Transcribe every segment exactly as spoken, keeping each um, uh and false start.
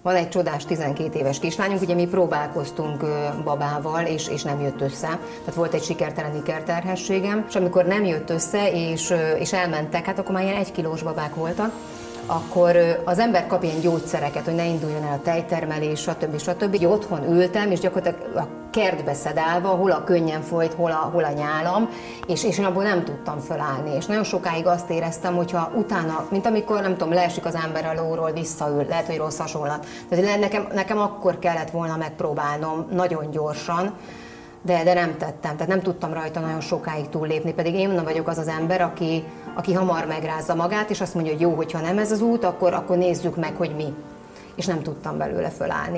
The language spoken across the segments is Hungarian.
Van egy csodás tizenkét éves kislányunk, ugye mi próbálkoztunk babával, és, és nem jött össze. Tehát volt egy sikertelen ikerterhességem, és amikor nem jött össze, és, és elmentek, hát akkor már ilyen egy kilós babák voltak, akkor az ember kap ilyen gyógyszereket, hogy ne induljon el a tejtermelés, stb. stb. Így otthon ültem, és gyakorlatilag a kertbe szedálva, hol a könnyen folyt, hol a, hol a nyálam, és, és én abból nem tudtam fölállni. És nagyon sokáig azt éreztem, hogyha utána, mint amikor, nem tudom, leesik az ember a lóról, visszaül, lehet, hogy rossz hasonlat. Tehát nekem, nekem akkor kellett volna megpróbálnom nagyon gyorsan, de, de nem tettem, tehát nem tudtam rajta nagyon sokáig túllépni, pedig én nem vagyok az az ember, aki, aki hamar megrázza magát, és azt mondja, hogy jó, hogyha nem ez az út, akkor, akkor nézzük meg, hogy mi. És nem tudtam belőle fölállni.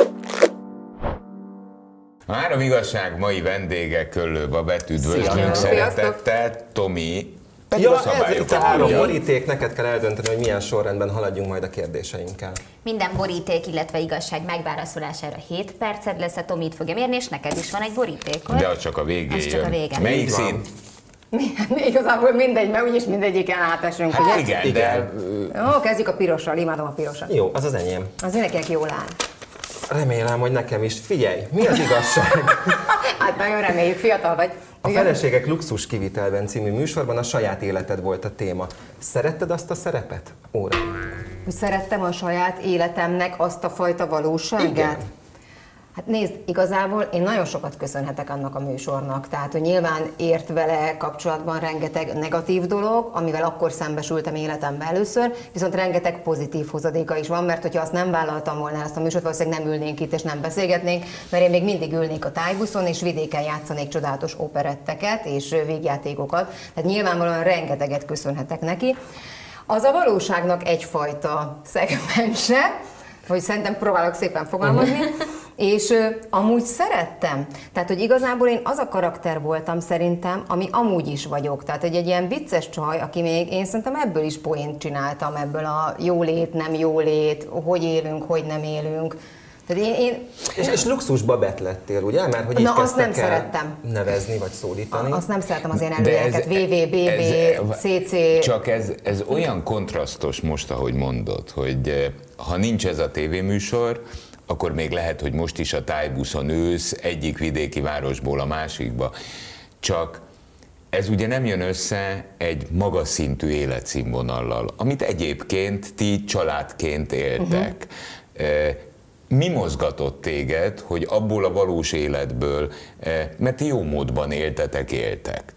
A Három igazság mai vendége Köllő Babett, üdvözlünk szeretettel, Tomi. Ja, ez itt a három boríték, neked kell eldönteni, hogy milyen sorrendben haladjunk majd a kérdéseinkkel. Minden boríték, illetve igazság megválaszolására hét perced lesz, a Tomi itt fogja mérni, és neked is van egy borítékod. De az csak a végén az csak a vége. Melyik szín? Igazából mindegy, mert úgyis mindegyiken átesünk, hát ugye? Igen, de... Jó, kezdjük a pirossal, imádom a pirosat. Jó, az az enyém. Az mindenkinek jól áll. Remélem, hogy nekem is. Figyelj, mi az igazság? Hát nagyon reméljük, fiatal vagy. A Feleségek luxus kivitelben című műsorban a saját életed volt a téma. Szeretted azt a szerepet, Óra? Hogy szerettem a saját életemnek azt a fajta valóságát? Igen. Hát nézd, igazából én nagyon sokat köszönhetek annak a műsornak, tehát hogy nyilván ért vele kapcsolatban rengeteg negatív dolog, amivel akkor szembesültem életemben először, viszont rengeteg pozitív hozadéka is van, mert hogyha azt nem vállaltam volna ezt a műsort, valószínűleg nem ülnénk itt és nem beszélgetnénk, mert én még mindig ülnék a tájbuszon és vidéken játszanék csodálatos operetteket és végjátékokat, tehát nyilvánvalóan rengeteget köszönhetek neki. Az a valóságnak egyfajta szegmense, hogy szerintem próbálok szépen fogalmazni, és ö, amúgy szerettem. Tehát, hogy igazából én az a karakter voltam szerintem, ami amúgy is vagyok. Tehát, hogy egy ilyen vicces csaj, aki még, én szerintem ebből is poént csináltam, ebből a jólét, nem jólét, hogy élünk, hogy nem élünk. Tehát én, én... És, és luxus babett lettél, ugye? Mert hogy így Na, azt nem kezdtek el szerettem. nevezni, vagy szólítani. A, azt nem szeretem az ilyen előjeleket, vé vé bé bé, cé cé. Csak ez, ez olyan kontrasztos most, ahogy mondod, hogy ha nincs ez a tévéműsor, akkor még lehet, hogy most is a tájbuszon ülsz egyik vidéki városból a másikba. Csak ez ugye nem jön össze egy magas szintű életszínvonallal, amit egyébként ti családként éltek. Uh-huh. Mi mozgatott téged, hogy abból a valós életből, mert ti jó módban éltetek, éltek,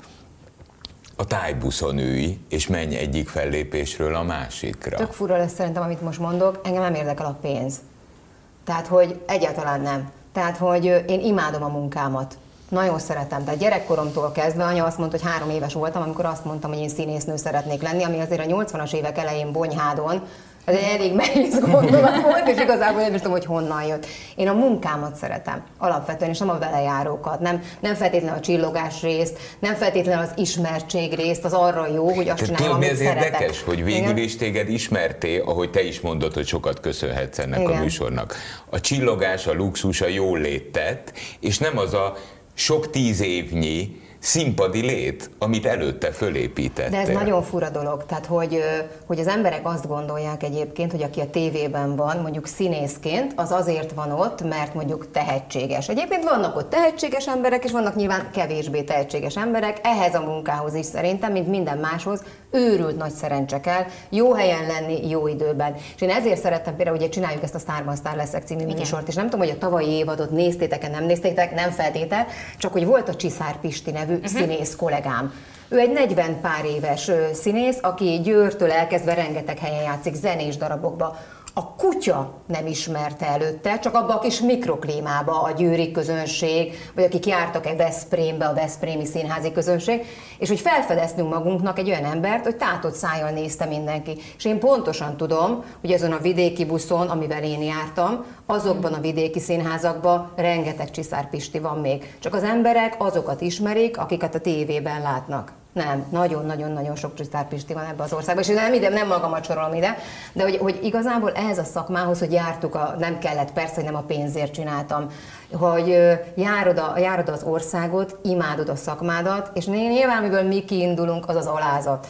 a tájbuszon ülj, és menj egyik fellépésről a másikra? Tök fura lesz szerintem, amit most mondok, engem nem érdekel a pénz. Tehát, hogy egyáltalán nem. Tehát, hogy én imádom a munkámat. Nagyon szeretem. Tehát gyerekkoromtól kezdve anya azt mondta, hogy három éves voltam, amikor azt mondtam, hogy én színésznő szeretnék lenni, ami azért a nyolcvanas évek elején Bonyhádon, ez egy elég merész gondolat volt, és igazából nem is tudom, hogy honnan jött. Én a munkámat szeretem, alapvetően, és nem a velejárókat, nem, nem feltétlenül a csillogás részt, nem feltétlenül az ismertség részt, az arra jó, hogy azt csinálom, amit ez szeretek. Érdekes, hogy végül is téged ismerté, ahogy te is mondod, hogy sokat köszönhetsz ennek Igen. a műsornak. A csillogás, a luxus, a jólétet, és nem az a sok tíz évnyi színpadi lét, amit előtte fölépítettél. De ez nagyon fura dolog, tehát hogy, hogy az emberek azt gondolják egyébként, hogy aki a tévében van, mondjuk színészként, az azért van ott, mert mondjuk tehetséges. Egyébként vannak ott tehetséges emberek, és vannak nyilván kevésbé tehetséges emberek, ehhez a munkához is szerintem, mint minden máshoz, őrült nagy szerencse kell, jó helyen lenni, jó időben. És én ezért szerettem például, ugye csináljuk ezt a Sztárban Sztár leszek című műsort, és nem tudom, hogy a tavalyi évadot néztétek-e, nem néztétek, nem feltétel, csak hogy volt a Csiszár Pisti nevű Uh-huh. színész kollégám. Ő egy negyven pár éves színész, aki Győrtől elkezdve rengeteg helyen játszik, zenés darabokba. A kutya nem ismerte előtte, csak abban a kis mikroklímába a győri közönség, vagy akik jártak-e Veszprémbe, a veszprémi színházi közönség, és hogy felfedeztünk magunknak egy olyan embert, hogy tátott szájjal nézte mindenki. És én pontosan tudom, hogy azon a vidéki buszon, amivel én jártam, azokban a vidéki színházakban rengeteg Csiszár Pisti van még. Csak az emberek azokat ismerik, akiket a tévében látnak. Nem, nagyon-nagyon-nagyon sok Csiszár Pisti van ebben az országban, és nem, ide, nem magamat sorolom ide, de hogy, hogy igazából ehhez a szakmához, hogy jártuk, a, nem kellett, persze, hogy nem a pénzért csináltam, hogy járod, a, járod az országot, imádod a szakmádat, és nyilván, amiből mi kiindulunk, az az alázat.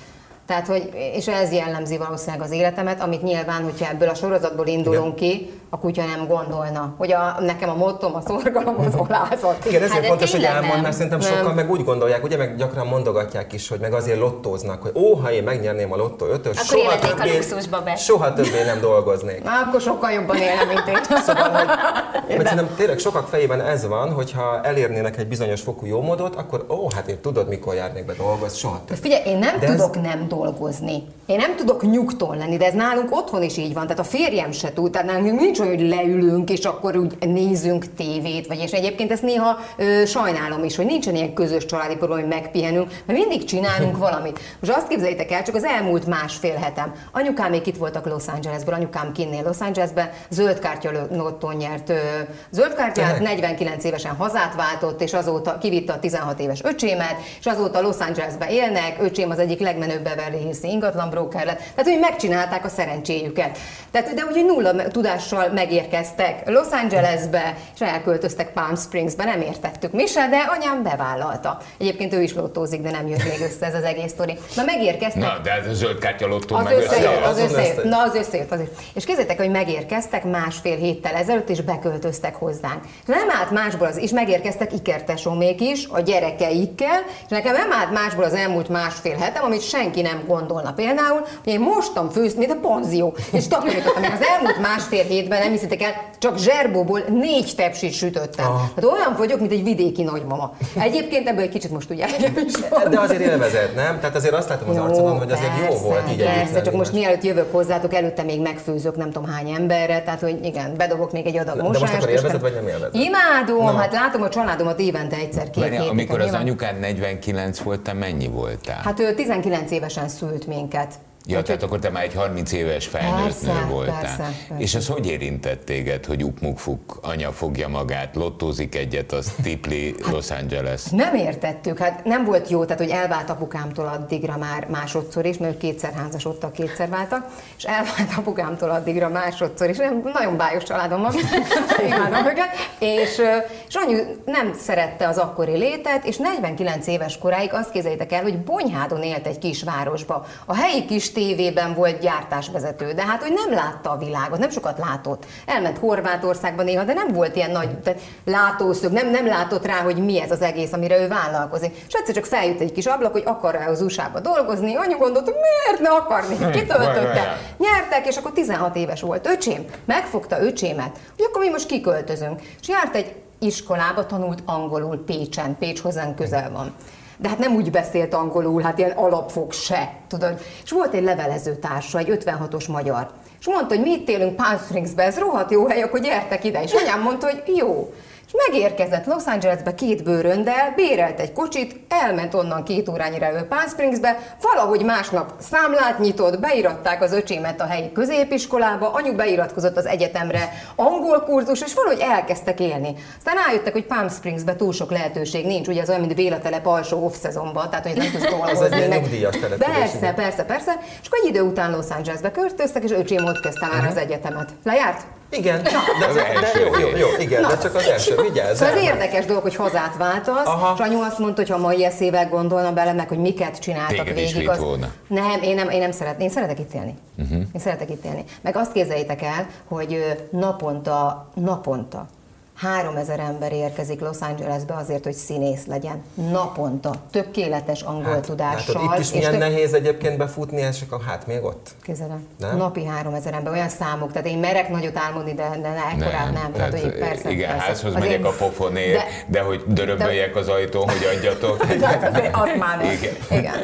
Tehát, hogy, és ez jellemzi valószínűleg az életemet, amit nyilván, hogyha ebből a sorozatból indulunk igen. ki, a kutya nem gondolna, hogy a, nekem a mottom, a szorgalom, az olázat. Igen, ezért hát fontos, hogy elmond, nem. mert szerintem nem. sokan meg úgy gondolják, ugye, meg gyakran mondogatják is, hogy meg azért lottóznak, hogy ó, ha én megnyerném a lottó ötös, akkor soha életnék többé, a luxusba be. soha többé nem dolgoznék. Na, akkor sokkal jobban élem, mint én. Szóval, hogy, hogy szerintem tényleg sokak fejében ez van, hogyha elérnének egy bizonyos fokú jómódot, akkor ó, hát én tudod, mikor járnék be dolgozni, soha többé. Figyelj, én nem De tudok ez... nem dolgozni. Én nem tudok nyugton lenni, de ez nálunk otthon is így van. Tehát a férjem se tud, tehát nálunk nincs olyan, hogy leülünk, és akkor úgy nézünk tévét, vagy és egyébként ezt néha ö, sajnálom is, hogy nincsen ilyen közös családi program, hogy megpihenünk, mert mindig csinálunk valamit. Most azt képzeljétek el, csak az elmúlt másfél hetem. Anyukám még itt voltak Los Angelesből, anyukám kinnél Los Angelesben, zöld kártya lottón nyert ö, zöld kártyát, negyvenkilenc évesen hazát váltott, és azóta kivitte a tizenhat éves öcsémet, és azóta Los Angelesben élnek, öcsém az egyik legmenőbb Beverly Hills-i ingatlanbróker lett. Tehát, hogy megcsinálták a szerencséjüket. Tehát, de ugye nulla tudással megérkeztek Los Angelesbe, és elköltöztek Palm Springsbe, nem értettük mi se, de anyám bevállalta. Egyébként ő is lottózik, de nem jött még össze ez az egész sztori. Na megérkeztek. Na, de ez a zöld kártya lottó Az meg összejött, az Azon összejött. összejött. Na, az összejött. Az összejött. És képzeljétek, hogy megérkeztek másfél héttel ezelőtt, és beköltöztek hozzánk. És nem állt másból az, és megérkeztek ikertesómék is, a gyerekeikkel, és nekem nem állt másból az elmúlt másfél hetem, amit senki nem gondolna. Például, hogy én mostam főzt, mint a panzió, és takarítottam. Én az elmúlt másfél hétben, nem hiszitek el, csak zserbóból négy tepsit sütöttem. Ah. Hát olyan vagyok, mint egy vidéki nagymama. Egyébként ebből egy kicsit most ugye engem is van. De azért élvezed, nem? Tehát azért azt látom az arcodon, hogy azért jó persze, volt így együtt persze, lenni csak most most. mielőtt jövök hozzátok, előtte még megfőzök nem tudom hány emberre, tehát hogy igen, bedobok még egy adag De mosást. most akkor és élvezed, nem- vagy nem élvezed? Imádom, Na. hát látom a családomat évente egyszer két Várjál, hétig. amikor hát az nyilván- anyukád negyvenkilenc volt, te mennyi voltál? Hát ő tizenkilenc évesen szült minket. Ja, tehát akkor te már egy harminc éves felnőtt Persze, nő voltál. persze, persze. És az hogy érintett téged, hogy ukmukfuk, anya fogja magát, lottózik egyet, az tipli Los Angeles? Nem értettük, hát nem volt jó, tehát hogy elvált apukámtól addigra már másodszor is, mert ők kétszer házasodtak, kétszer váltak, és elvált apukámtól addigra másodszor is, nem, nagyon bájos családom van, imádom őket, és, és anyu nem szerette az akkori létet, és negyvenkilenc éves koráig azt képzeljétek el, hogy Bonyhádon élt egy kis városba. A helyi kis tévében volt gyártásvezető, de hát hogy nem látta a világot, nem sokat látott. Elment Horvátországba néha, de nem volt ilyen nagy tehát látószög, nem, nem látott rá, hogy mi ez az egész, amire ő vállalkozik. És egyszer csak feljött egy kis ablak, hogy akar-e az u es á-ba dolgozni, anyu gondolta, miért ne akarni, kitöltötte. Nyertek, és akkor tizenhat éves volt öcsém, megfogta öcsémet, hogy akkor mi most kiköltözünk. És járt egy iskolába, tanult angolul Pécsen, Pécs hozzánk közel van. De hát nem úgy beszélt angolul, hát ilyen alapfok se, tudod. És volt egy levelező társa, egy ötvenhatos magyar. És mondta, hogy mi itt élünk Palm Springsbe, ez rohadt jó hely, akkor gyertek ide. És anyám mondta, hogy jó. És megérkezett Los Angelesbe két bőröndel, bérelt egy kocsit, elment onnan két órányira elő Palm Springsbe, valahogy másnap számlát nyitott, beiratták az öcsémet a helyi középiskolába, anyu beiratkozott az egyetemre angol kurzus, és valahogy elkezdtek élni. Aztán rájöttek, hogy Palm Springsbe túl sok lehetőség nincs, ugye az olyan, mint Béla telep alsó off-szezonban, tehát hogy nem tudsz dolgozni. Ez egy meg- nyugdíjas település, Persze, igen. persze, persze. És akkor egy idő után Los Angelesbe költöztek, és öcsém ott kezdte már az egyetemet. Lejárt? Igen, de, Az de, első de jó, jó, jó, igen, Na. de csak az első, vigyázz. Szóval ez el. érdekes dolog, hogy hazát váltasz, Aha. és anyu azt mondta, hogy ha mai eszével gondolna bele, meg hogy miket csináltak Téged is végig. vitt volna. Nem, én nem, én nem szeretem, én szeretek itt élni. Uh-huh. Én szeretek itt élni. Meg azt képzeljétek el, hogy ö, naponta, naponta háromezer ember érkezik Los Angelesbe azért, hogy színész legyen. Naponta. Tökéletes angol tudással. Látod, itt is milyen tök- nehéz egyébként befutni, és akkor hát még ott. Képzeld el. Nem? Napi háromezer ember, olyan számok, tehát én merek nagyot álmodni, de, de ne, ekkorát nem. Tehát, Tehát, hogy persze, igen, persze. házhoz Azért- megyek a pofonért, de, de- de hogy dörömböljek az ajtón, hogy adjatok. De azért azt már nem. Igen. Igen.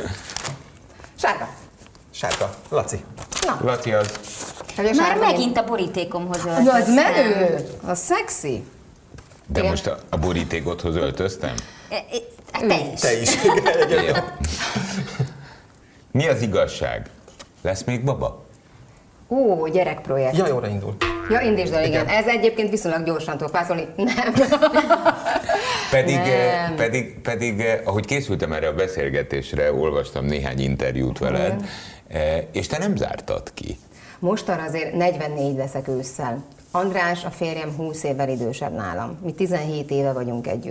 Sárga. Sárga. Laci. Na, Laci az... hogy a Már sárga megint a borítékomhoz öltöztem. Na, az menő, az szexi. De Igen. most a, a borítékothoz öltöztem? E, e, hát Te is. Te is. Igen, egyébként. Mi az igazság? Lesz még baba? Ó, gyerekprojekt. Ja, jóra indul. Ja, indítsd el, igen. Igen. Ez egyébként viszonylag gyorsan tudok válaszolni. Nem. Pedig, Nem. eh, pedig, pedig, eh, ahogy készültem erre a beszélgetésre, olvastam néhány interjút veled, eh, és te nem zártad ki. Mostanra azért negyvennégy leszek ősszel. András, a férjem húsz évvel idősebb nálam. Mi tizenhét éve vagyunk együtt.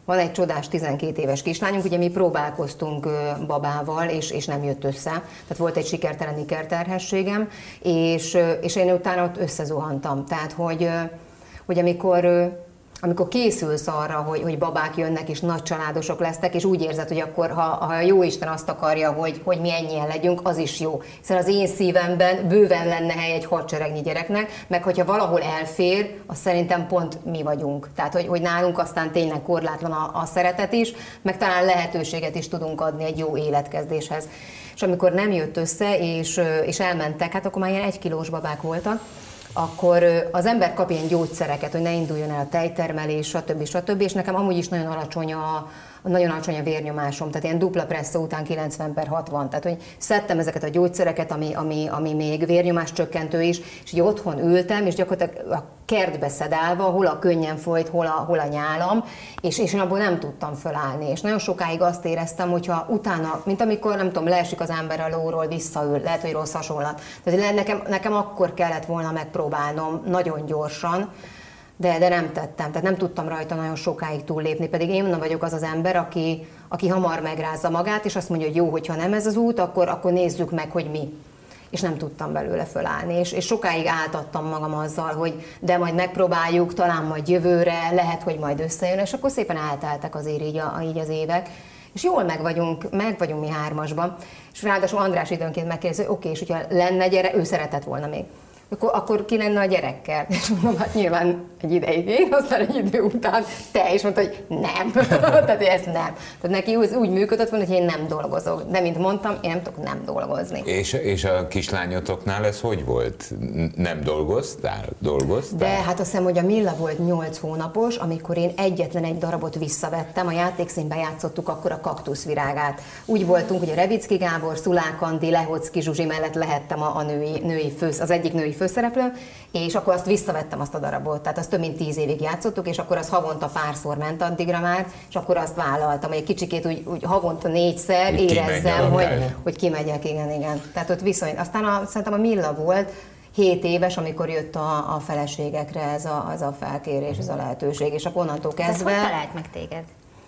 van egy csodás tizenkét éves kislányunk, ugye mi próbálkoztunk babával, és, és nem jött össze. Tehát volt egy sikertelen ikerterhességem, és, és én utána ott összezuhantam. Tehát, hogy, hogy amikor... amikor készülsz arra, hogy, hogy babák jönnek, és nagy családosok lesznek, és úgy érzed, hogy akkor, ha, ha jó Isten azt akarja, hogy, hogy mi ennyien legyünk, az is jó. Hiszen az én szívemben bőven lenne hely egy hadseregnyi gyereknek, meg hogyha valahol elfér, az szerintem pont mi vagyunk. Tehát, hogy, hogy nálunk aztán tényleg korlátlan a, a szeretet is, meg talán lehetőséget is tudunk adni egy jó életkezdéshez. És amikor nem jött össze, és, és elmentek, hát akkor már ilyen egykilós babák voltak, akkor az ember kap ilyen gyógyszereket, hogy ne induljon el a tejtermelés, stb. stb. És nekem amúgy is nagyon alacsony a, nagyon alacsony a vérnyomásom, tehát ilyen dupla presszó után kilencven per hatvan. Tehát, hogy szedtem ezeket a gyógyszereket, ami, ami, ami még vérnyomás csökkentő is, és így otthon ültem, és gyakorlatilag a kertbe szedálva, hol a könnyen folyt, hol a, hol a nyálam, és, és én abból nem tudtam fölállni. És nagyon sokáig azt éreztem, hogyha utána, mint amikor, nem tudom, leesik az ember a lóról, visszaül, lehet, hogy rossz hasonlat. Tehát nekem, nekem akkor kellett volna megpróbálnom nagyon gyorsan, De, de nem tettem, tehát nem tudtam rajta nagyon sokáig túllépni, pedig én vagyok az az ember, aki, aki hamar megrázza magát, és azt mondja, hogy jó, hogyha nem ez az út, akkor, akkor nézzük meg, hogy mi. És nem tudtam belőle fölállni, és, és sokáig áltattam magam azzal, hogy de majd megpróbáljuk, talán majd jövőre, lehet, hogy majd összejön, és akkor szépen elteltek azért így, a, így az évek. És jól meg vagyunk, meg vagyunk mi hármasban, és ráadásul András időnként megkérdezi, hogy oké, és hogyha lenne gyere, ő szeretett volna még. Akkor, akkor ki lenne a gyerekkel? És mondom, hát nyilván egy ideig én, aztán egy idő után te, és mondta, hogy nem. Tehát, hogy ez nem. Tehát neki úgy, úgy működött volna, hogy én nem dolgozok. De, mint mondtam, én nem tudok nem dolgozni. És, és a kislányotoknál ez hogy volt? Nem dolgoztál? Dolgoztál? De hát azt hiszem, hogy a Milla volt nyolc hónapos, amikor én egyetlen egy darabot visszavettem, a játékszínben játszottuk akkor a kaktuszvirágát. Úgy voltunk, hogy a Revicki Gábor, Szulák Andi, Lehocki Zsuzsi mellett lehettem a, a női, női fősz, az egyik női főszereplő, és akkor azt visszavettem azt a darabot, tehát azt több mint tíz évig játszottuk, és akkor az havonta párszor ment addigra már, és akkor azt vállaltam, hogy egy kicsikét úgy, úgy havonta négyszer hogy érezzem, hogy, hogy kimegyek, igen, igen. Tehát ott viszony. Aztán a, szerintem a Milla volt hét éves, amikor jött a, a feleségekre ez a, az a felkérés, ez a lehetőség, és akkor onnantól kezdve... Ez hogy talált meg téged?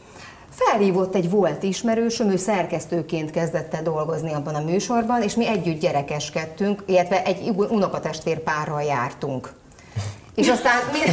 Felhívott egy volt ismerősöm, ő szerkesztőként kezdett el dolgozni abban a műsorban, és mi együtt gyerekeskedtünk, illetve egy unokatestvér párral jártunk. És aztán mi...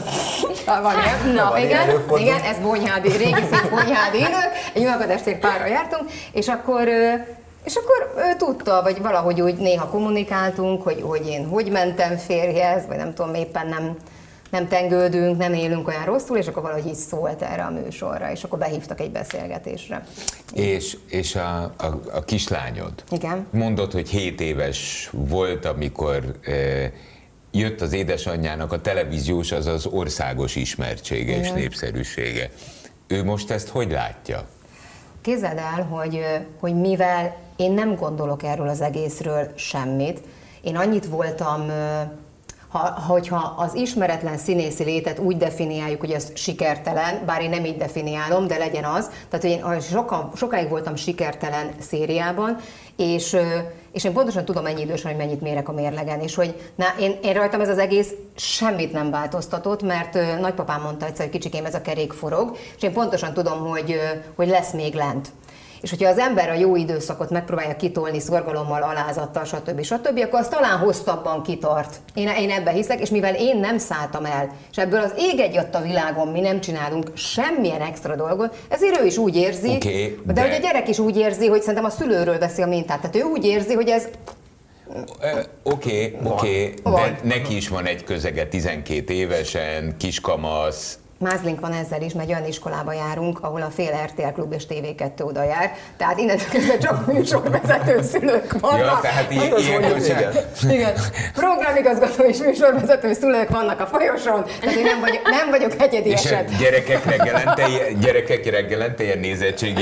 Van, na, igen, igen, ez Bonyhádi, régi szép Bonyhádi idők, egy unokatestvér párral jártunk, és akkor... És akkor ő tudta, vagy valahogy úgy néha kommunikáltunk, hogy, hogy én hogy mentem férjhez, vagy nem tudom, éppen nem... nem tengődünk, nem élünk olyan rosszul, és akkor valahogy így szólt erre a műsorra, és akkor behívtak egy beszélgetésre. És, és a, a, a kislányod? Igen. Mondod, hogy hét éves volt, amikor e, jött az édesanyjának a televíziós, azaz országos ismertsége és Igen. népszerűsége. Ő most ezt hogy látja? Képzeld el, hogy, hogy mivel én nem gondolok erről az egészről semmit, én annyit voltam... Ha, hogyha az ismeretlen színészi létet úgy definiáljuk, hogy ez sikertelen, bár én nem így definiálom, de legyen az, tehát hogy én soka, sokáig voltam sikertelen szériában, és, és én pontosan tudom ennyi idősen, hogy mennyit mérek a mérlegen, és hogy na, én, én rajtam ez az egész semmit nem változtatott, mert nagypapám mondta egyszer, hogy kicsikém, ez a kerék forog, és én pontosan tudom, hogy, hogy lesz még lent. És hogyha az ember a jó időszakot megpróbálja kitolni szorgalommal, alázattal, stb. stb., akkor az talán hosszabban kitart. Én, én ebbe hiszek, és mivel én nem szálltam el, és ebből az ég egyatt a világon mi nem csinálunk semmilyen extra dolgot, ezért ő is úgy érzi, okay, de, de hogy a gyerek is úgy érzi, hogy szerintem a szülőről veszi a mintát. Tehát ő úgy érzi, hogy ez... Oké, oké, de neki is van egy közege tizenkét évesen, kiskamasz. Mázlink van ezzel is, mert olyan iskolába járunk, ahol a fél er té el klub és té vé kettő oda jár, tehát innentől kezdve csak műsorvezető szülők vannak. Ja, tehát ilyen, hát ilyen mondjuk, igen. Igen. Programigazgató és műsorvezető szülők vannak a folyosón, tehát én nem vagyok, nem vagyok egyedi és eset. És gyerekek reggelente, gyerekek reggelente ilyen nézettségi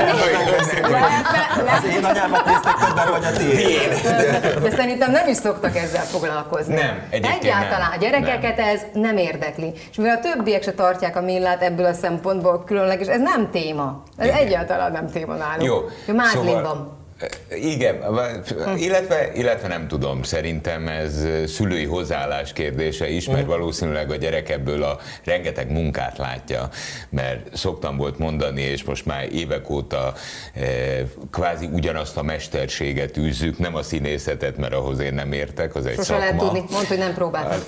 Az én anyámat néztek többen, vagy a tiéd. De szerintem nem is szoktak ezzel foglalkozni. Nem, egyébként Egyáltalán nem. a gyerekeket nem. Ez nem érdekli. És mivel a többiek se tartják a Millát ebből a szempontból különleges, ez nem téma. Ez Igen. egyáltalán nem téma nálunk. Jó. Mázlinban. Szóval, Igen, illetve, illetve nem tudom, szerintem ez szülői hozzáállás kérdése is, mert valószínűleg a gyerek ebből a rengeteg munkát látja, mert szoktam volt mondani, és most már évek óta kvázi ugyanazt a mesterséget űzzük, nem a színészetet, mert ahhoz én nem értek, az egy Sose szakma. lehet tudni, mondd, hogy nem próbáltam.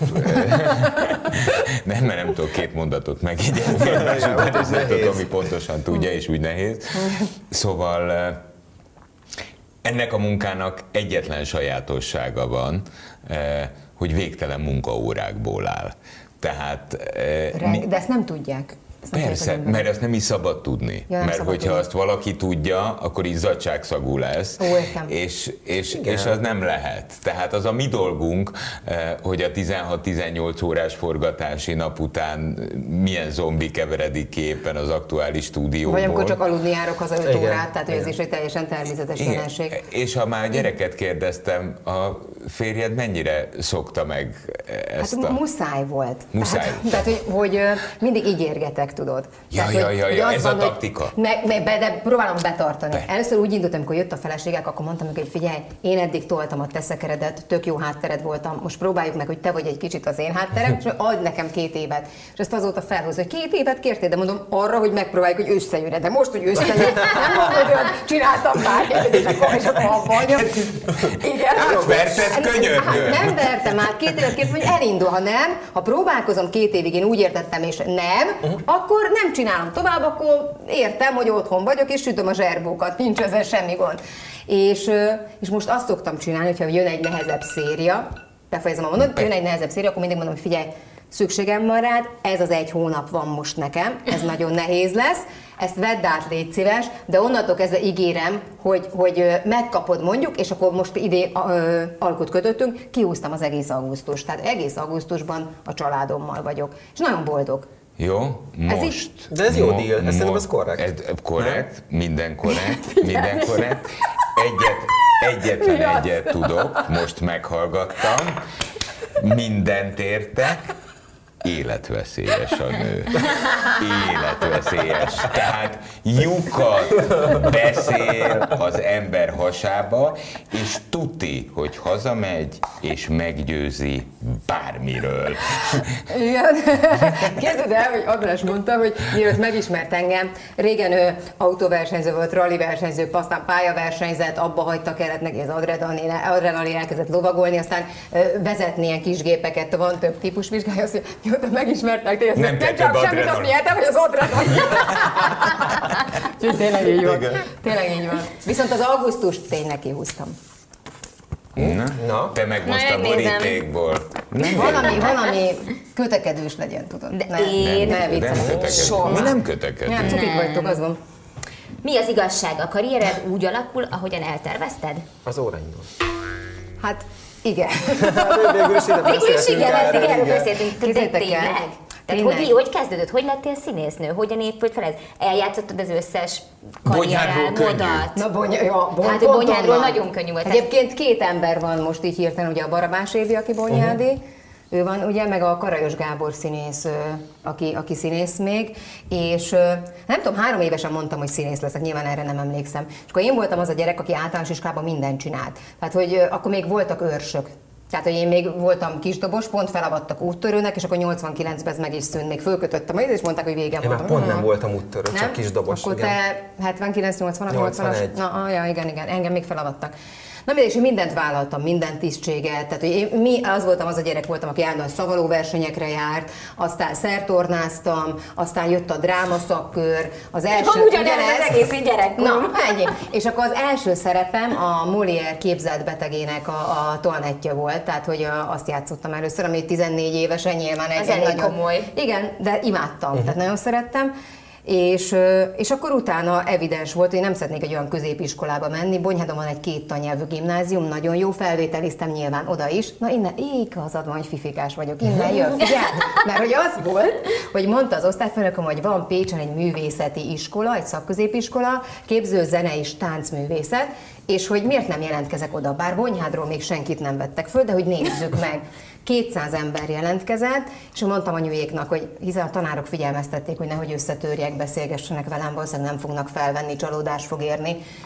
Nem, mert nem tudok két mondatot megjegyezni egymás után, és nem tudom, ami pontosan tudja, és úgy nehéz. Szóval ennek a munkának egyetlen sajátossága van, hogy végtelen munkaórákból áll. Tehát, de ezt nem tudják. Ezt nem persze, tudják, mert ezt nem is szabad tudni. Ja, mert szabad hogyha tudni. azt valaki tudja, akkor izzadságszagú lesz. Ó, értem. és, és, és az nem lehet. Tehát az a mi dolgunk, hogy a tizenhat-tizennyolc órás forgatási nap után milyen zombi keveredik ki éppen az aktuális stúdióból. Vagy amikor csak aludni járok haza öt Igen, órát, tehát hogy ez igen. is egy teljesen természetes Igen. jelenség. És ha már gyereket kérdeztem, a férjed mennyire szokta meg ezt Hát a... muszáj volt. Muszáj. Tehát, tehát hogy, hogy ö, mindig ígérgetek, tudod. Ja, Tehát, ja, hogy- ja, hogy ja, az ez van, a hogy taktika. Meg, meg, be- de próbálom betartani. Be. Először úgy indultam, amikor jött a feleségek, akkor mondtam neki, hogy figyelj, én eddig toltam a te szekeredet, tök jó háttered voltam, most próbáljuk meg, hogy te vagy egy kicsit az én hátterem, és adj nekem két évet. És ezt azóta felhoz, hogy két évet kértél, de mondom arra, hogy megpróbáljuk, hogy összejön. De most, hogy összejön, nem mondod, hogy csináltam már, és akkor, és akkor abba hagyom. Igen. Verted könyörgő. Hát nem vertem át, két évet kértem, hogy elindul, ha nem, ha próbálkozom két évig, én úgy értettem, és nem, uh-huh. akkor nem csinálom tovább, akkor értem, hogy otthon vagyok, és sütöm a zserbókat, nincs ezzel semmi gond. És, és most azt szoktam csinálni, hogyha jön egy nehezebb széria, befejezem a mondatot, jön egy nehezebb széria, akkor mindig mondom, hogy figyelj, szükségem van rád, ez az egy hónap van most nekem, ez nagyon nehéz lesz, ezt vedd át, légy szíves, de onnantól kezdve ígérem, hogy, hogy megkapod mondjuk, és akkor most idén ö, alkut kötöttünk, kihúztam az egész augusztus. Tehát egész augusztusban a családommal vagyok. És nagyon boldog. Jó, Ez most. így- De ez jó mo- deal, ez mo- szerintem ez korrekt. Ez korrekt, minden korrekt, minden korrekt. Egyet, egyetlen Mi az? egyet tudok, most meghallgattam, mindent értek, életveszélyes a nő. Életveszélyes. Tehát lyukat beszél az ember hasába, és tuti, hogy hazamegy, és meggyőzi bármiről. Igen. Képzeld el, hogy András mondta, hogy mielőtt megismert engem, régen ő autóversenyző volt, rally versenyző, aztán pályaversenyzett, abba hagyta, kellett neki az adrenalin, adrenalin elkezdett lovagolni, aztán ö, vezetni ilyen kis gépeket, van több típus vizsgálja, azt mondja, mióta megismertek téged, Nem nem, kell nem csak több semmit, azt adrenalin. mondjátok, hogy az adrenalin. Úgyhogy tényleg így van. Igen. Tényleg így van. Viszont az augusztust tényleg kihúztam. Na, Na. te meg most Na, a megnézem. borítékból. Nem Valami, valami kötekedős legyen, tudod. De ne, én- ne, nem viccelj. kötekedünk. Soha. Mi nem kötekedünk. Nem, cukik vagytok, az van. Mi az igazság? A karriered úgy alakul, ahogyan eltervezted? Az óraindul. Hát igen. Végül is ide Végül is beszéltünk igen, erről, eddig erről igen. beszéltünk. De Képzeljétek el. tényleg? Tehát Tényleg. hogy, hogy kezdődött? Hogy lettél színésznő? Hogyan épült fel ez? Eljátszottad az összes Bonyhádról könnyű. karrierálmodat? Na, bonya, ja, bon, Hát, pont Bonyhádról onnan. nagyon könnyű volt. Egyébként két ember van most így hirtelen, ugye a Barabás Évi, aki Bonyhádi, uh-huh. ő van ugye, meg a Karajos Gábor színész, ö, aki, aki színész még, és ö, nem tudom, három évesen mondtam, hogy színész leszek, nyilván erre nem emlékszem. És akkor én voltam az a gyerek, aki általános iskolában mindent csinált. Tehát, hogy ö, akkor még voltak őrsök. Tehát, hogy én még voltam kisdobos, pont felavattak úttörőnek, és akkor nyolcvankilencben ez meg is szűnt, még fölkötöttem, és mondták, hogy vége Én volt. már pont nem voltam úttörő, csak Nem? kis dobos. Akkor igen. te hetvenkilenc nyolcvan, nyolcvanas? nyolcvanegy. Na, ah, ja, igen, igen, engem még felavattak. Na mindegy, és én mindent vállaltam, minden tisztséget, tehát hogy én, mi, az voltam, az a gyerek voltam, aki állandóan szavaló versenyekre járt, aztán szertornáztam, aztán jött a drámaszakkör, az első... Ugyanez az egész így gyerekkor. Na, ennyi. És akkor az első szerepem a Molière képzelt betegének a, a Toanettje volt, tehát hogy a, azt játszottam először, ami tizennégy évesen nyilván egy, Az egy elég nagyon... komoly. Igen, de imádtam, uh-huh. tehát nagyon szerettem. És, és akkor utána evidens volt, hogy én nem szeretnék egy olyan középiskolába menni. Bonyhádon van egy két tannyelvű gimnázium, nagyon jó, felvételiztem nyilván oda is. Na innen, igazad van, hogy fifikás vagyok, innen jön, figyelj! Mert hogy az volt, hogy mondta az osztályfőnököm, hogy van Pécsen egy művészeti iskola, egy szakközépiskola, képző zene és táncművészet, és hogy miért nem jelentkezek oda, bár Bonyhádról még senkit nem vettek föl, de hogy nézzük meg. kétszáz ember jelentkezett, és mondtam anyujéknak, hogy hiszen a tanárok figyelmeztették, hogy nehogy összetörjek, beszélgessenek velem, valószínűleg nem fognak felvenni, csalódás fog érni.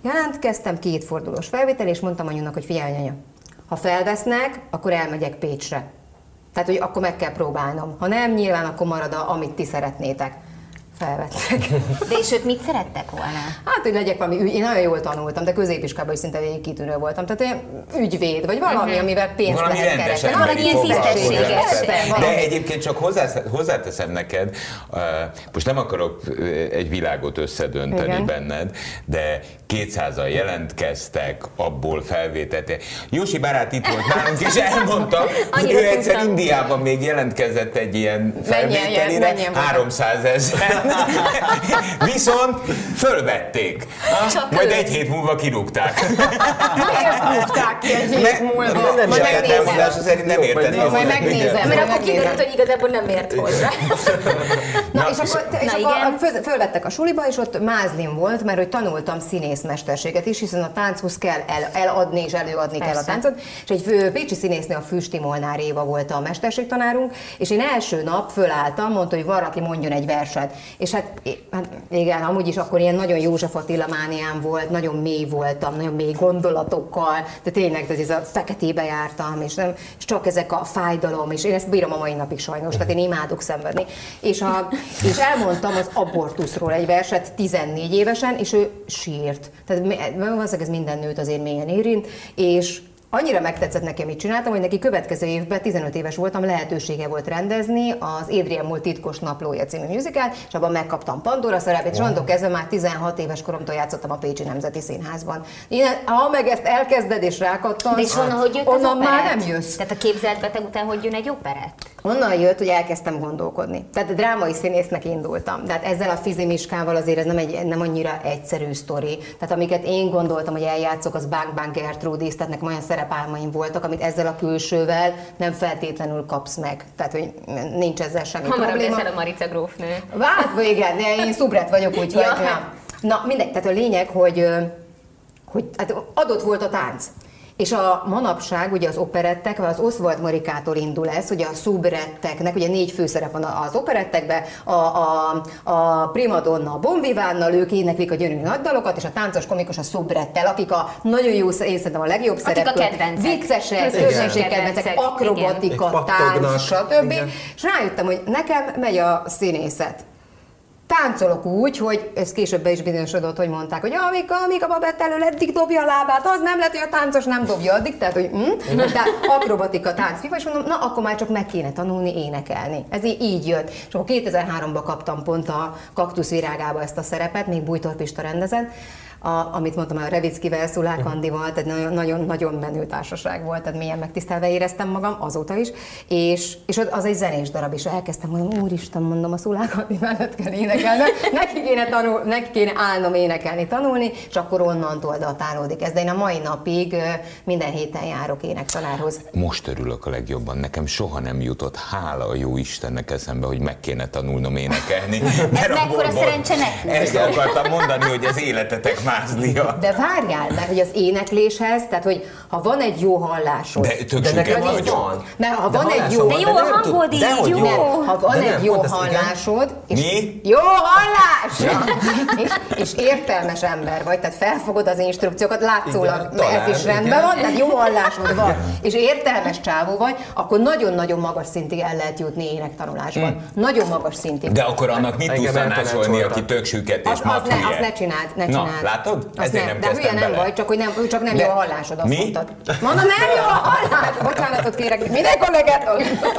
Jelentkeztem, kétfordulós felvétel, és mondtam anyunak, hogy figyelj anya, ha felvesznek, akkor elmegyek Pécsre. Tehát, hogy akkor meg kell próbálnom. Ha nem, nyilván akkor marad, a, amit ti szeretnétek. Felvettek. De és ők mit szerettek volna? Hát, hogy legyek valami ügy, én nagyon jól tanultam, de középiskolában is szinte végig kitűnő voltam. Tehát olyan ügyvéd, vagy valami, uh-huh. amivel pénzt valami lehet keresni. Valami ilyen tisztességes. De egyébként csak hozzáteszem neked, most nem akarok egy világot összedönteni igen. benned, de kétszázan jelentkeztek, abból felvételtek. Jósi barát itt volt nálunk, és elmondta, hogy ő egyszer Indiában még jelentkezett egy ilyen felvételire, háromszázezer. Viszont fölvették. Csak Majd ő. egy hét múlva kirúgták. Miért rúgták ki egy hét múlva? Nem Majd megnézem. szerint nem érted. Jó, majd megnézem. Mert akkor kiderült, hogy igazából nem ért hozzá. Na, Na és akkor, és na akkor föl, fölvettek a suliba, és ott mázlim volt, mert hogy tanultam színészmesterséget is, hiszen a tánchoz kell el, eladni és előadni Persze. kell a táncot. És egy pécsi színésznő, a Füsti Molnár Éva volt a mesterségtanárunk, és én első nap fölálltam, mondta, hogy valaki mondjon egy verset. És hát, hát igen, amúgy is akkor ilyen nagyon József Attila mániám volt, nagyon mély voltam, nagyon mély gondolatokkal, de tényleg tehát ez a feketébe jártam, és, nem, és csak ezek a fájdalom, és én ezt bírom a mai napig sajnos, tehát én imádok szenvedni. És, a, és elmondtam az abortuszról egy verset tizennégy évesen, és ő sírt. Tehát valószínűleg ez minden nőt azért mélyen érint, és annyira megtetszett nekem, mit csináltam, hogy neki következő évben, tizenöt éves voltam, lehetősége volt rendezni az Adrian Mole titkos naplója című musicalt, és abban megkaptam Pandora szerepét, és onnantól kezdve már tizenhat éves koromtól játszottam a Pécsi Nemzeti Színházban. Én, ha meg ezt elkezded és rákattansz, de és honnan, hogy jött onnan az már nem jössz. Tehát a képzelt beteg után hogy jön egy operett? Onnan jött, hogy elkezdtem gondolkodni. Tehát drámai színésznek indultam. Tehát ezzel a fizimiskával azért ez nem, egy, nem annyira egyszerű sztori. Tehát amiket én gondoltam, hogy eljátszok, az Bang Bang Gertrudis, tehát nekem olyan szerepálmaim voltak, amit ezzel a külsővel nem feltétlenül kapsz meg. Tehát, hogy nincs ezzel semmi Hamarabb probléma. leszel a Marica grófnő. Hát, igen, én szubret vagyok, úgyhogy... Ja. Na, na, mindegy, tehát a lényeg, hogy, hogy hát adott volt a tánc. És a manapság, ugye az operettek, az Oswald Morikától indul ez, ugye a szubretteknek, ugye négy főszerep van az operettekben, a, a, a primadonna a Bon Vivánnal, ők éneklik a gyönyörű nagy dalokat, és a táncos komikus a szubrettel, akik a nagyon jó, én szerintem a legjobb szerep, akik a kedvencek, viccesek, közönségkedvencek, akrobatika, tánc, stb. Igen. És rájöttem, hogy nekem megy a színészet. Táncolok úgy, hogy ez később be is bizonyosodott, hogy mondták, hogy amíg, amíg a babett elől eddig dobja a lábát, az nem lehet, hogy a táncos nem dobja addig, tehát, hogy hm, de akrobatika, tánc, fifa, és mondom, na akkor már csak meg kéne tanulni énekelni. Ez így, így jött. És akkor kétezer-háromban kaptam pont a Kaktusz virágába ezt a szerepet, még Bújtor Pista rendezett, a, amit mondtam, a Revickivel, Szulák Andival, tehát nagyon-nagyon menő társaság volt, tehát milyen megtisztelve éreztem magam azóta is, és, és az egy zenés darab, és elkezdtem mondom, úristen, mondom, a Szulák Andi mellett kell énekelni, neki kéne, tanul, neki kéne állnom énekelni, tanulni, és akkor onnantól datálódik ez, de én a mai napig minden héten járok énektanárhoz. Most örülök a legjobban, nekem soha nem jutott, hála a jó Istennek eszembe, hogy meg kéne tanulnom énekelni. Ez mekkora szerencse nekünk. Ezt akartam mondani, hogy az életetek mázlia. De várjál, mert hogy az énekléshez, tehát hogy ha van egy jó hallásod. De tök süket vagyok. Mert ha van egy jó, de jó a hangod így, jó. Nem, ha van de egy nem, jó pont ezt hallásod, és Mi? jó hallás! és, és értelmes ember vagy, tehát felfogod az instrukciókat, látszólag Igen, talán, ez is rendben igen. van, tehát jó hallásod van, és értelmes csávó vagy, akkor nagyon-nagyon magas szintig el lehet jutni énektanulásban. Hmm. Nagyon magas szintig. De akkor annak mit tudsz Engem tanácsolni, eltanácsoltak. aki tök süket és Az, az, ne, maghülye? azt ne csináld, ne csináld. Na, látod? Azt Ezért ne, nem de hülye kezdtem nem bele. vagy, csak hogy nem, csak nem De- jó a hallásod, azt Mi? mondtad. Mondom, nem jó a hallás! Bocsánatot kérek, minden kollégától!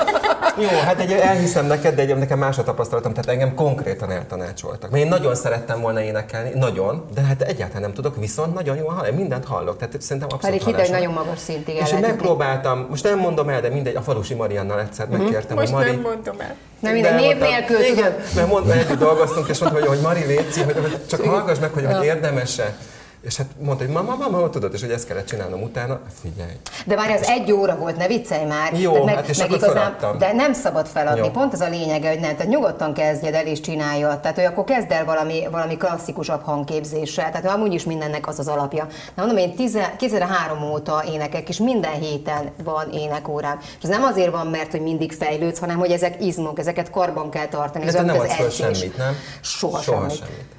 Jó, hát egy, elhiszem neked, de egy, nekem más a tapasztalatom, tehát engem konkrétan eltanácsoltak. Mert én nagyon szerettem volna énekelni, nagyon, de hát egyáltalán nem tudok, viszont nagyon jól hallom, mindent hallok, tehát szerintem abszolút Pedig hidd, hogy hallás van. nagyon magas szintig el És én lehet jutni. megpróbáltam, most nem mondom el, de mindegy, a Falusi Mariannal egyszer megkértem, hogy Mari... mondom el. Nem minden, név nélkül igen, tudod. mert mond, együtt dolgoztunk, és mondta, hogy, hogy Mari léci, hogy, hogy csak hallgass meg, hogy, hogy érdemes-e. És hát mondta, hogy mama, mama, tudod, és hogy ezt kellett csinálnom utána, figyelj. De várj, az egy óra volt, ne viccelj már. Jó, Tehát meg, hát és meg akkor igazán, feladtam. de nem szabad feladni, Jó. pont az a lényege, hogy nem, tehát nyugodtan kezdjed el és csináljad. Tehát, hogy akkor kezd el valami, valami klasszikusabb hangképzéssel, tehát amúgy is mindennek az az alapja. De mondom, én kétezer-három óta énekek, és minden héten van énekórám. És ez nem azért van, mert hogy mindig fejlődsz, hanem hogy ezek izmok, ezeket karban kell tartani. De Ez te olyan, nem mint adsz föl edzés. semmit, nem? Soha, Soha semmit. semmit.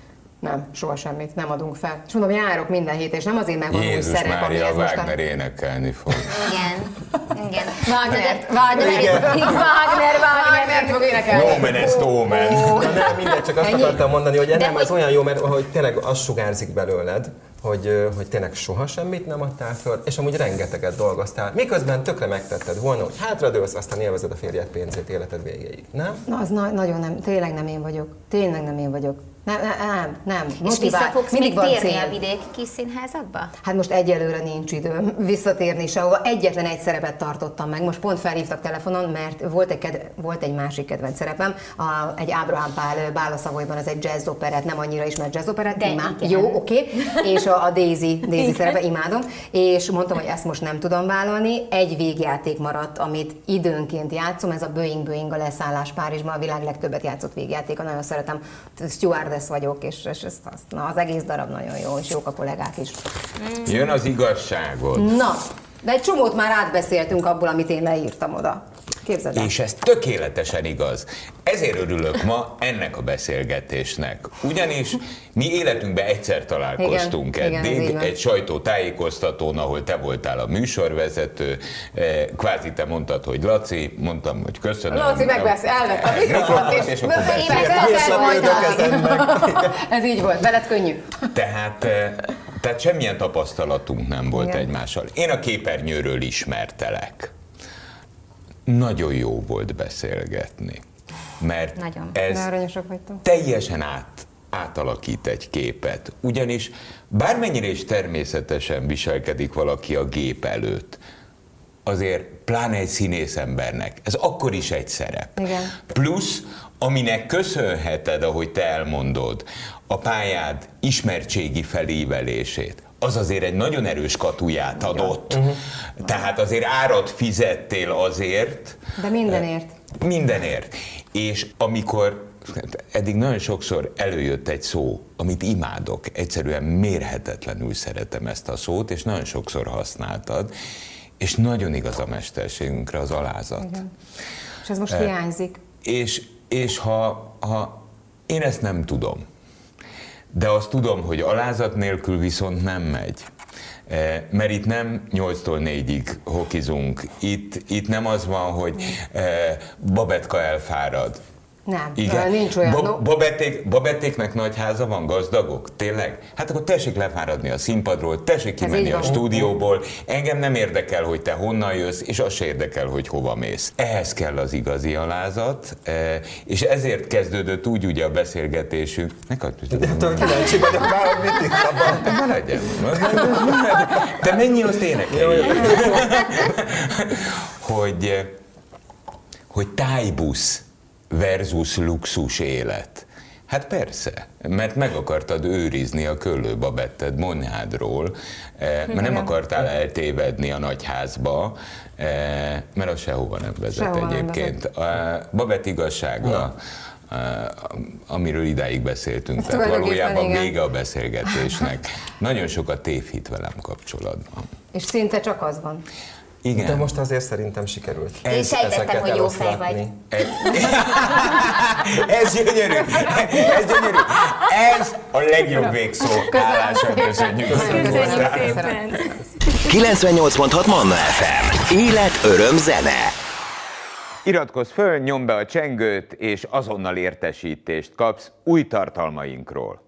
Nem, soha semmit, nem adunk fel. És mondom, járok minden héten, és nem azért, mert van új Jézus szerep, ami Mária, ez most Wagner énekelni fog. Igen, igen. Wagner, Wagner, Wagner, Wagner fog énekelni. Nomen est omen. Na nem, mindegy, csak azt Ennyi? akartam mondani, hogy nem, hogy- ez olyan jó, mert hogy tényleg az sugárzik belőled, hogy, hogy tényleg soha semmit nem adtál föl, és amúgy rengeteget dolgoztál. Miközben tökre megtetted volna, hogy hátradőlsz, aztán élvezed a férjed pénzét életed végéig, nem? Na, az na- nagyon nem, tényleg nem én vagyok. Tényleg nem én vagyok. Nem, nem, nem. És Motivál. vissza fogsz Mindig még van térni cél. a vidéki kis színházakba? Hát most egyelőre nincs időm visszatérni sehova. Egyetlen egy szerepet tartottam meg. Most pont felhívtak telefonon, mert volt egy, kedve, volt egy másik kedvenc szerepem, a, egy Ábrahám Pál Bálaszavolyban, az egy jazz operett, nem annyira ismert jazz operett, De imád, igen. jó, oké, okay. És a, a Daisy, Daisy szerepe, imádom, és mondtam, hogy ezt most nem tudom vállalni. Egy végjáték maradt, amit időnként játszom, ez a Boeing Boeing a leszállás Párizsban, a világ legtöbbet játszott végjátéka, nagyon szeretem, stewardess vagyok, és, és ezt, azt, na, az egész darab nagyon jó, és jók a kollégák is. Jön az igazságod. Na, de egy csomót már átbeszéltünk abból, amit én leírtam oda. Képzeld el. És ez tökéletesen igaz. Ezért örülök ma ennek a beszélgetésnek. Ugyanis mi életünkben egyszer találkoztunk Igen, igen, ez így eddig, van. egy sajtótájékoztatón, ahol te voltál a műsorvezető, eh, kvázi te mondtad, hogy Laci, mondtam, hogy köszönöm. Laci megbeszél, elvette a mikrofont, és, és akkor és beszélgetünk. beszéltem majd Vissza Laci. Ez így volt, veled könnyű. Tehát, eh, tehát semmilyen tapasztalatunk nem volt Igen. egymással. Én a képernyőről ismertelek. Nagyon jó volt beszélgetni, mert Nagyon. De ez aranyosak vagytok. teljesen át, átalakít egy képet. Ugyanis bármennyire is természetesen viselkedik valaki a gép előtt, azért pláne egy színészembernek, ez akkor is egy szerep. Igen. Plusz, aminek köszönheted, ahogy te elmondod, a pályád ismertségi felívelését, az azért egy nagyon erős katuját adott. Uh-huh. Tehát azért árat fizettél azért. De mindenért. Mindenért. És amikor eddig nagyon sokszor előjött egy szó, amit imádok, egyszerűen mérhetetlenül szeretem ezt a szót, és nagyon sokszor használtad, és nagyon igaz a mesterségünkre az alázat. Igen. És ez most hiányzik. És, és ha, ha én ezt nem tudom, de azt tudom, hogy alázat nélkül viszont nem megy. Mert itt nem nyolctól négyig hokizunk, itt, itt nem az van, hogy Babetka elfárad. Nem, Igen. nincs olyan. Ba- babették, babettéknek nagy háza van, gazdagok? Tényleg? Hát akkor tessék lefáradni a színpadról, tessék kimenni így a van. stúdióból. Engem nem érdekel, hogy te honnan jössz, és az se érdekel, hogy hova mész. Ehhez kell az igazi alázat, és ezért kezdődött úgy ugye a beszélgetésünk. Ne kapj, Tudom, kíváncsi vagyok már, hogy mit itt abban. ne legyen. Te mennyi azt énekelj? hogy, hogy tájbusz versus luxus élet. Hát persze, mert meg akartad őrizni a Köllő Babetted Monjádról, mert nem akartál eltévedni a nagyházba, mert az sehova nem vezet Sehova nem egyébként. A Babett igazsága, amiről idáig beszéltünk, tehát Tulajdonképpen valójában igen. vége a beszélgetésnek. Nagyon sokat tévhit velem kapcsolatban. És szinte csak az van. Igen. De most azért szerintem sikerült. Én sejtettem, ezeket hogy jó fej eloszlatni. vagy. Ez gyönyörű! Ez gyönyörű! Ez a legjobb végszó. Hálásan köszönjük. Köszönjük szépen. kilencvennyolc pont hat Manna ef em. Élet, öröm, zene. Iratkozz föl, nyomd be a csengőt, és azonnal értesítést kapsz új tartalmainkról.